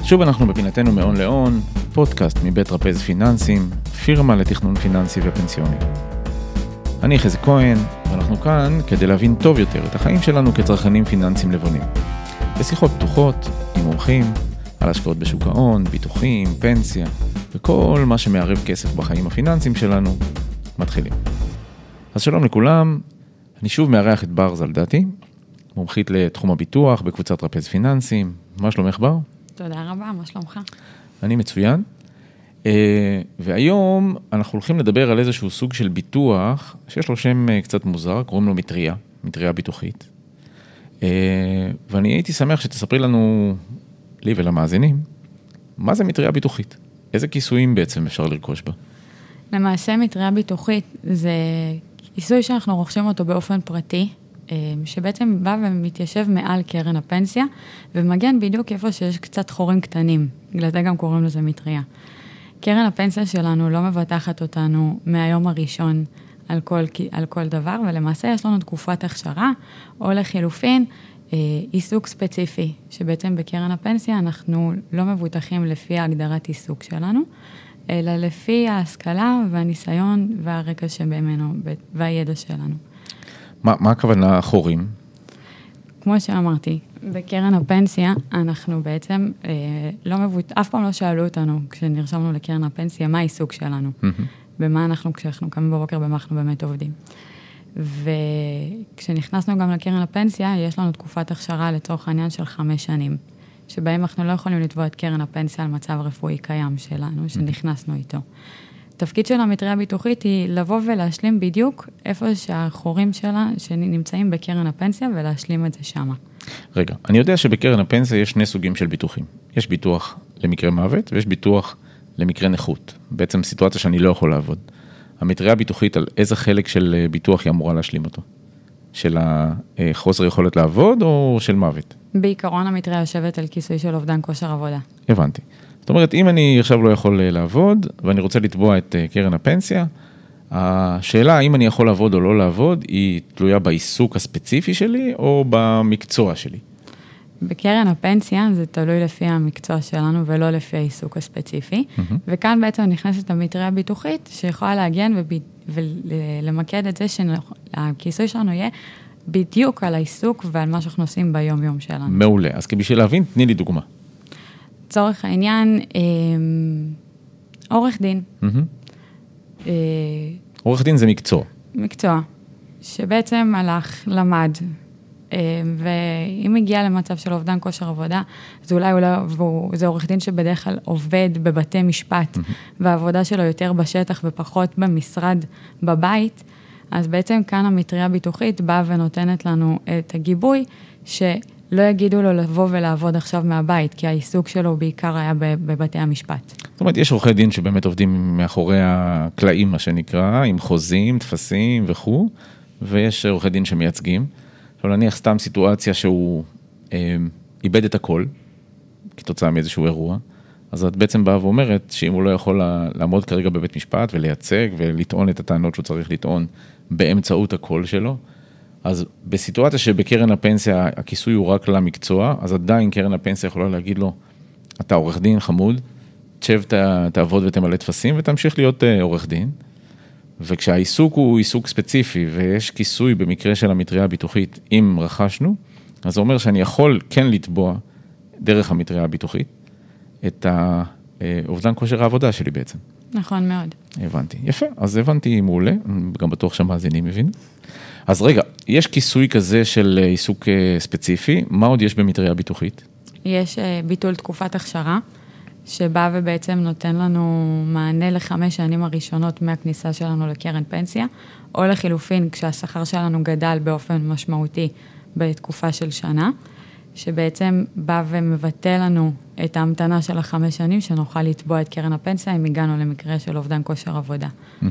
שוב אנחנו בפינתנו מאון לאון, פודקאסט מבית רפז פיננסים, פירמה לתכנון פיננסי ופנסיוני. אני חזי כהן, ואנחנו כאן כדי להבין טוב יותר את החיים שלנו כצרכנים פיננסיים לבונים. בשיחות פתוחות, עם מומחים, על השקעות בשוק ההון, ביטוחים, פנסיה, וכל מה שמערב כסף בחיים הפיננסיים שלנו, מתחילים. אז שלום לכולם, אני שוב מארח את בר זלדתי, מומחית לתחום הביטוח בקבוצת רפז פיננסים. מה שלומך בר? תודה רבה, מה שלומך? אני מצוין. והיום אנחנו הולכים לדבר על איזשהו סוג של ביטוח, שיש לו שם קצת מוזר, קוראים לו מטריה ביטוחית. ואני הייתי שמח שתספרי לנו, לי ולמאזינים, מה זה מטריה ביטוחית? איזה כיסויים בעצם אפשר לרכוש בה? למעשה מטריה ביטוחית זה כיסוי שאנחנו רוכשים אותו באופן פרטי, שבעצם בא ומתיישב מעל קרן הפנסיה, ומגן בדיוק איפה שיש קצת חורים קטנים, בגלל זה גם קוראים לזה מטריה. קרן הפנסיה שלנו לא מבטחת אותנו מהיום הראשון על כל דבר, ולמעשה יש לנו תקופת הכשרה, או לחילופין, עיסוק ספציפי, שבעצם בקרן הפנסיה אנחנו לא מבוטחים לפי הגדרת עיסוק שלנו, אלא לפי ההשכלה והניסיון והרקע שבמנו והידע שלנו. מה הכוונה חורים? כמו שאמרתי, בקרן הפנסיה אנחנו בעצם אף פעם לא שאלו אותנו כשנרשמנו לקרן הפנסיה מה העיסוק שלנו, במה כשאנחנו קמים בבוקר במה אנחנו באמת עובדים. וכשנכנסנו גם לקרן הפנסיה, יש לנו תקופת הכשרה לצורך העניין של 5 שנים, שבהם אנחנו לא יכולים לתבוע את קרן הפנסיה על מצב רפואי קיים שלנו, שנכנסנו איתו. התפקיד של המטריה הביטוחית היא לבוא ולהשלים בדיוק איפה שהחורים שלה שנמצאים בקרן הפנסיה ולהשלים את זה שמה. רגע, אני יודע שבקרן הפנסיה יש 2 סוגים של ביטוחים. יש ביטוח למקרה מוות ויש ביטוח למקרה נכות. בעצם סיטואציה שאני לא יכול לעבוד. המטריה הביטוחית על איזה חלק של ביטוח היא אמורה להשלים אותו? של החוסר יכולת לעבוד או של מוות? בעיקרון המטריה יושבת על כיסוי של אובדן כושר עבודה. הבנתי. זאת אומרת, אם אני עכשיו לא יכול לעבוד, ואני רוצה לתבוע את קרן הפנסיה, השאלה האם אני יכול לעבוד או לא לעבוד, היא תלויה בעיסוק הספציפי שלי, או במקצוע שלי? בקרן הפנסיה זה תלוי לפי המקצוע שלנו, ולא לפי העיסוק הספציפי, וכאן בעצם נכנסת המטריה הביטוחית, שיכולה להגן ולמקד את זה שהכיסוי שלנו יהיה בדיוק על העיסוק, ועל מה שאנחנו עושים ביום-יום שלנו. מעולה. אז בשביל להבין, תני לי דוגמה. צורך העניין, עורך דין. עורך דין זה מקצוע. מקצוע, שבעצם הלך, למד, ואם הגיע למצב של אובדן כושר עבודה, אז אולי זה עורך דין שבדרך כלל עובד בבתי משפט, והעבודה שלו יותר בשטח ופחות במשרד בבית, אז בעצם כאן המטריה הביטוחית באה ונותנת לנו את הגיבוי, לא יגידו לו לבוא ולעבוד עכשיו מהבית, כי העיסוק שלו בעיקר היה בבתי המשפט. זאת אומרת, יש עורכי דין שבאמת עובדים מאחורי הקלעים, מה שנקרא, עם חוזים, תפסים וכו', ויש עורכי דין שמייצגים. עכשיו, נניח סתם סיטואציה שהוא איבד את הכל, כתוצאה מאיזשהו אירוע, אז את בעצם באה ואומרת שאם הוא לא יכול לעמוד כרגע בבית משפט ולייצג ולטעון את הטענות שהוא צריך לטעון באמצעות הקול שלו, אז בסיטואציה שבקרן הפנסיה הכיסוי הוא רק למקצוע, אז עדיין קרן הפנסיה יכולה להגיד לו, אתה עורך דין חמוד, תשב תעבוד ותמלא תפסים ותמשיך להיות עורך דין, וכשהעיסוק הוא עיסוק ספציפי ויש כיסוי במקרה של המטריה הביטוחית, אם רכשנו, אז זה אומר שאני יכול כן לתבוע דרך המטריה הביטוחית את האובדן כושר העבודה שלי בעצם. נכון מאוד. הבנתי. יפה, אז הבנתי מעולה, גם בטוח שהמאזינים מבינים. אז רגע, יש כיסוי כזה של עיסוק ספציפי, מה עוד יש במטריה ביטוחית? יש ביטול תקופת הכשרה, שבא ובעצם נותן לנו מענה ל5 שנים הראשונות מהכניסה שלנו לקרן פנסיה, או לחילופין כשהשכר שלנו גדל באופן משמעותי בתקופה של שנה, שבעצם בא ומבטא לנו את ההמתנה של 5 שנים, שנוכל לתבוע את קרן הפנסיה, אם הגענו למקרה של אובדן כושר עבודה.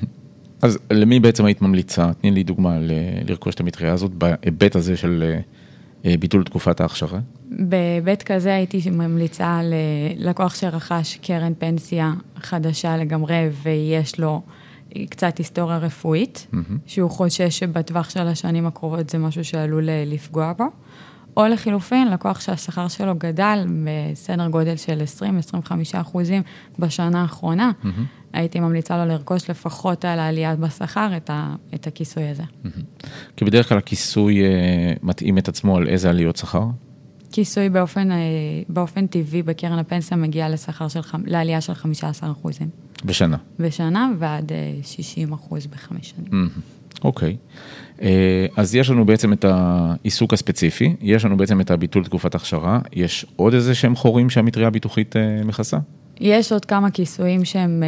אז למי בעצם היית ממליצה? תני לי דוגמה לרכוש את המטריה הזאת, בהיבט הזה של ביטול תקופת ההכשרה? בהיבט כזה הייתי ממליצה ללקוח שרכש קרן פנסיה חדשה לגמרי, ויש לו קצת היסטוריה רפואית, שהוא חושש שבטווח של השנים הקרובות זה משהו שעלול לפגוע בו, או לחילופין, לקוח שהשכר שלו גדל בסדר גודל של 20-25% בשנה האחרונה, הייתי ממליצה לו לרכוש לפחות על העלייה בשכר את הכיסוי הזה. כי בדרך כלל הכיסוי מתאים את עצמו על איזה עליות שכר? כיסוי באופן טבעי בקרן הפנסיה מגיע לעלייה של 15%. בשנה? בשנה ועד 60% ב5 שנים. אוקיי. אז יש לנו בעצם את העיסוק הספציפי, יש לנו בעצם את הביטול תקופת הכשרה, יש עוד איזה שהם חורים שהמטריה הביטוחית מכסה? יש עוד כמה כיסויים שהם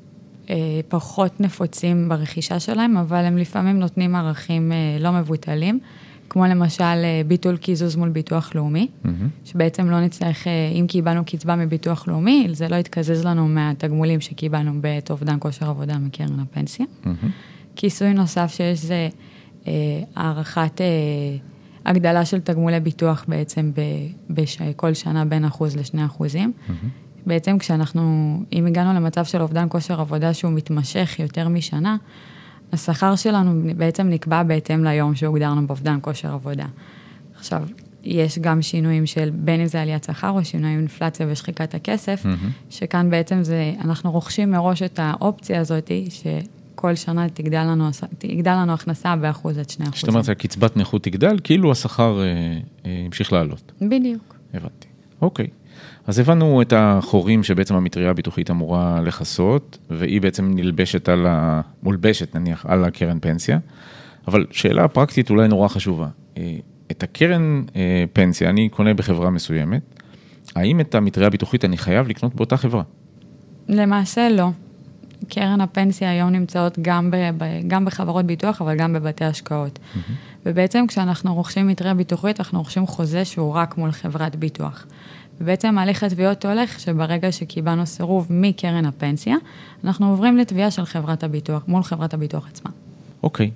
פחות נפוצים ברכישה שלהם, אבל הם לפעמים נותנים ערכים לא מבוטלים, כמו למשל ביטול קיזוז מול ביטוח לאומי, שבעצם לא נצטרך, אם קיבלנו קצבה מביטוח לאומי, זה לא יתקזז לנו מהתגמולים שקיבלנו בעת אובדן כושר עבודה מקרן הפנסיה. כיסוי נוסף שיש זה הערכת הגדלה של תגמולי ביטוח בעצם כל שנה בין 1% ל2%. בעצם אם הגענו למצב של אובדן כושר עבודה שהוא מתמשך יותר משנה, השכר שלנו בעצם נקבע בהתאם ליום שהוגדרנו באובדן כושר עבודה. עכשיו, יש גם שינויים של בין אם זה עליית שכר או שינויים אינפלציה ושחיקת הכסף, שכאן בעצם אנחנו רוכשים מראש את האופציה הזאת, שכל שנה תגדל לנו הכנסה ב1% עד 2%. זאת אומרת, הקצבת נכות תגדל, כאילו השכר המשיך לעלות. בדיוק. הבנתי. אוקיי. אז הבנו את החורים שבעצם המטריה הביטוחית אמורה לחסות, והיא בעצם מולבשת נניח על הקרן פנסיה, אבל שאלה פרקטית אולי נורא חשובה. את הקרן פנסיה אני קונה בחברה מסוימת, האם את המטריה הביטוחית אני חייב לקנות באותה חברה? למעשה לא. קרן הפנסיה היום נמצאות גם בחברות ביטוח, אבל גם בבתי השקעות. ובעצם כשאנחנו רוכשים מטריה ביטוחית, אנחנו רוכשים חוזה שהוא רק מול חברת ביטוח. ובעצם ההליך התביעות הולך שברגע שקיבלנו סירוב מקרן הפנסיה, אנחנו עוברים לתביעה של חברת הביטוח, מול חברת הביטוח עצמה. אוקיי.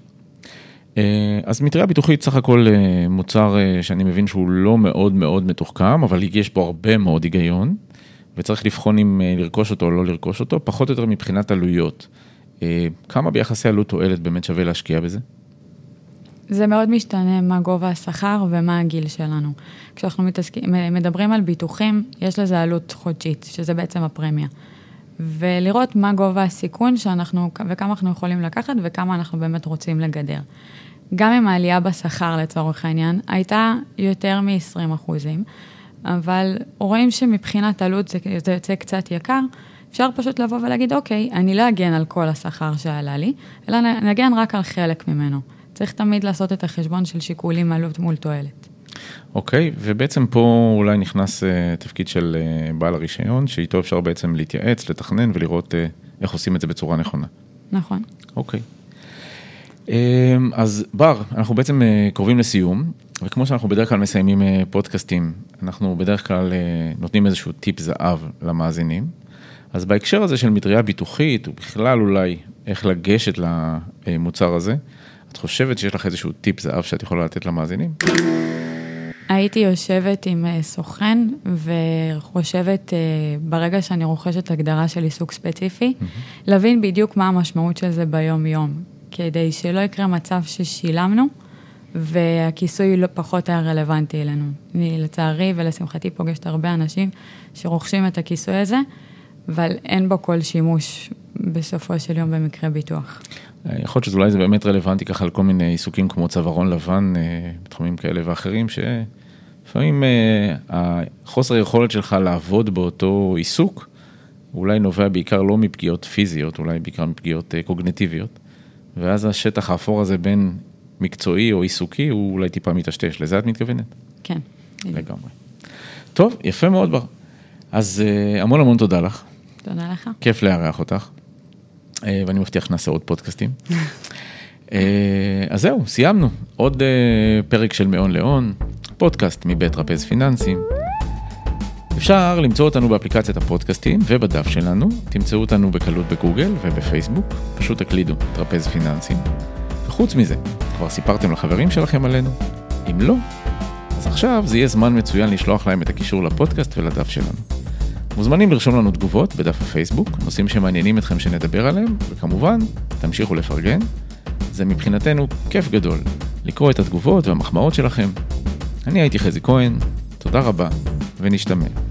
אז מטריה ביטוחית סך הכל מוצר שאני מבין שהוא לא מאוד מאוד מתוחכם, אבל יש פה הרבה מאוד היגיון, וצריך לבחון אם לרכוש אותו או לא לרכוש אותו, פחות או יותר מבחינת עלויות. כמה ביחסי עלות תועלת באמת שווה להשקיע בזה? זה מאוד משתנה מה גובה השכר ומה הגיל שלנו. כשאנחנו מדברים על ביטוחים, יש לזה עלות חודשית, שזה בעצם הפרמיה. ולראות מה גובה הסיכון וכמה אנחנו יכולים לקחת וכמה אנחנו באמת רוצים לגדר. גם אם העלייה בשכר לצורך העניין, הייתה יותר מ-20%, אבל רואים שמבחינת עלות זה יוצא קצת יקר, אפשר פשוט לבוא ולהגיד, אוקיי, אני לא אגן על כל השכר שעלה לי, אלא נגן רק על חלק ממנו. צריך תמיד לעשות את החשבון של שיקולים עלות מול תועלת. אוקיי, ובעצם פה אולי נכנס תפקיד של בעל הרישיון, שאיתו אפשר בעצם להתייעץ, לתכנן ולראות איך עושים את זה בצורה נכונה. נכון. אוקיי. אז בר, אנחנו בעצם קרובים לסיום, וכמו שאנחנו בדרך כלל מסיימים פודקאסטים, אנחנו בדרך כלל נותנים איזשהו טיפ זהב למאזינים, אז בהקשר הזה של מטריה ביטוחית, ובכלל אולי איך לגשת למוצר הזה, את חושבת שיש לך איזשהו טיפ זהב שאת יכולה לתת למאזינים? הייתי יושבת עם סוכן, וחושבת ברגע שאני רוכשת הגדרה של עיסוק ספציפי, להבין בדיוק מה המשמעות של זה ביום-יום, כדי שלא יקרה מצב ששילמנו, והכיסוי לא פחות היה רלוונטי אלינו. אני לצערי ולשמחתי פוגשת הרבה אנשים שרוכשים את הכיסוי הזה, אבל אין בו כל שימוש בסופו של יום במקרה ביטוח. יכול להיות שאולי זה באמת רלוונטי ככה על כל מיני עיסוקים כמו צווארון לבן, בתחומים כאלה ואחרים, שלפעמים החוסר היכולת שלך לעבוד באותו עיסוק, אולי נובע בעיקר לא מפגיעות פיזיות, אולי בעיקר מפגיעות קוגניטיביות, ואז השטח האפור הזה בין מקצועי או עיסוקי, הוא אולי טיפה מתשתש. לזה את מתכוונת? כן. לגמרי. טוב, יפה מאוד בר. אז המון המון תודה לך. תודה לך. כיף לארח אותך. ואני מבטיח שנעשה עוד פודקאסטים. אז זהו, סיימנו. עוד פרק של מאון לאון, פודקאסט מבית טרפז פיננסים. אפשר למצוא אותנו באפליקציית הפודקאסטים ובדף שלנו. תמצאו אותנו בקלות בגוגל ובפייסבוק. פשוט תקלידו טרפז פיננסים. וחוץ מזה, כבר סיפרתם לחברים שלכם עלינו? אם לא, אז עכשיו זה יהיה זמן מצוין לשלוח להם את הקישור לפודקאסט ולדף שלנו. מוזמנים לרשום לנו תגובות בדף הפייסבוק, נושאים שמעניינים אתכם שנדבר עליהם, וכמובן, תמשיכו לפרגן. זה מבחינתנו כיף גדול, לקרוא את התגובות והמחמאות שלכם. אני הייתי חזי כהן, תודה רבה ונשתמע.